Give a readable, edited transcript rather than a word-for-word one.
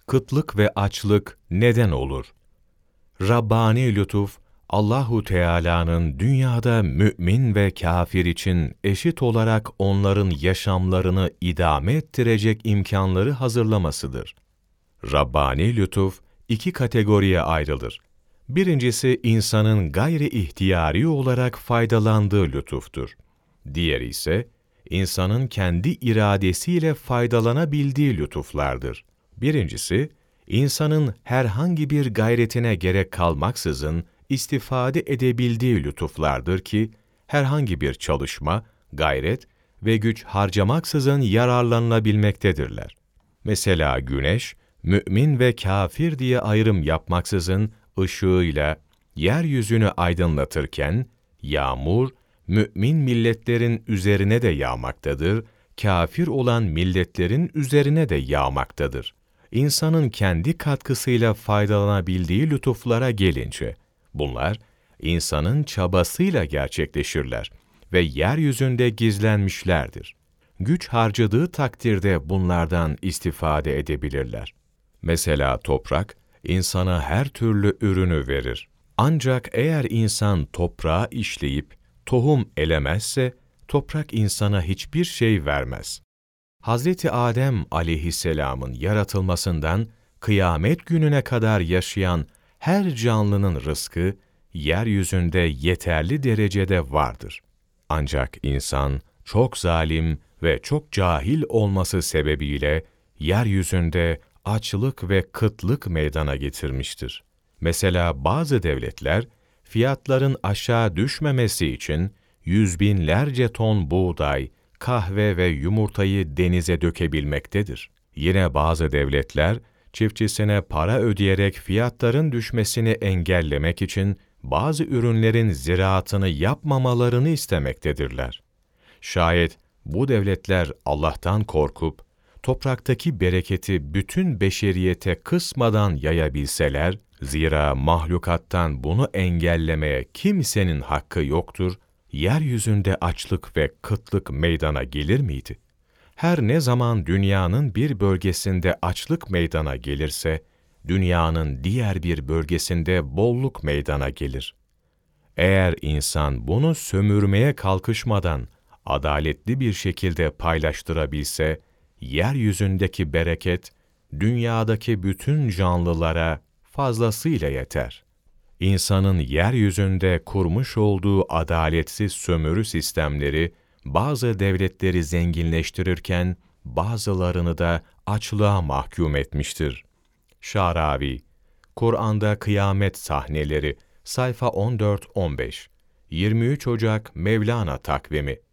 kıtlık ve açlık neden olur? Rabbani lütuf, Allahu Teala'nın dünyada mümin ve kafir için eşit olarak onların yaşamlarını idame ettirecek imkanları hazırlamasıdır. Rabbani lütuf iki kategoriye ayrılır. Birincisi insanın gayri ihtiyari olarak faydalandığı lütuftur. Diğeri ise insanın kendi iradesiyle faydalanabildiği lütuflardır. Birincisi, insanın herhangi bir gayretine gerek kalmaksızın istifade edebildiği lütuflardır ki, herhangi bir çalışma, gayret ve güç harcamaksızın yararlanılabilmektedirler. Mesela güneş, mümin ve kafir diye ayrım yapmaksızın ışığıyla yeryüzünü aydınlatırken, yağmur, mümin milletlerin üzerine de yağmaktadır, kafir olan milletlerin üzerine de yağmaktadır. İnsanın kendi katkısıyla faydalanabildiği lütuflara gelince, bunlar, insanın çabasıyla gerçekleşirler ve yeryüzünde gizlenmişlerdir. Güç harcadığı takdirde bunlardan istifade edebilirler. Mesela toprak, insana her türlü ürünü verir. Ancak eğer insan toprağı işleyip tohum elemezse, toprak insana hiçbir şey vermez. Hazreti Adem aleyhisselamın yaratılmasından kıyamet gününe kadar yaşayan her canlının rızkı, yeryüzünde yeterli derecede vardır. Ancak insan çok zalim ve çok cahil olması sebebiyle yeryüzünde açlık ve kıtlık meydana getirmiştir. Mesela bazı devletler, fiyatların aşağı düşmemesi için yüz binlerce ton buğday, kahve ve yumurtayı denize dökebilmektedir. Yine bazı devletler, çiftçisine para ödeyerek fiyatların düşmesini engellemek için bazı ürünlerin ziraatını yapmamalarını istemektedirler. Şayet bu devletler Allah'tan korkup, topraktaki bereketi bütün beşeriyete kısmadan yayabilseler, zira mahlukattan bunu engellemeye kimsenin hakkı yoktur, yeryüzünde açlık ve kıtlık meydana gelir miydi? Her ne zaman dünyanın bir bölgesinde açlık meydana gelirse, dünyanın diğer bir bölgesinde bolluk meydana gelir. Eğer insan bunu sömürmeye kalkışmadan adaletli bir şekilde paylaştırabilse, yeryüzündeki bereket, dünyadaki bütün canlılara fazlasıyla yeter. İnsanın yeryüzünde kurmuş olduğu adaletsiz sömürü sistemleri, bazı devletleri zenginleştirirken, bazılarını da açlığa mahkum etmiştir. Şaravi, Kur'an'da Kıyamet Sahneleri, sayfa 14-15, 23 Ocak Mevlana takvimi.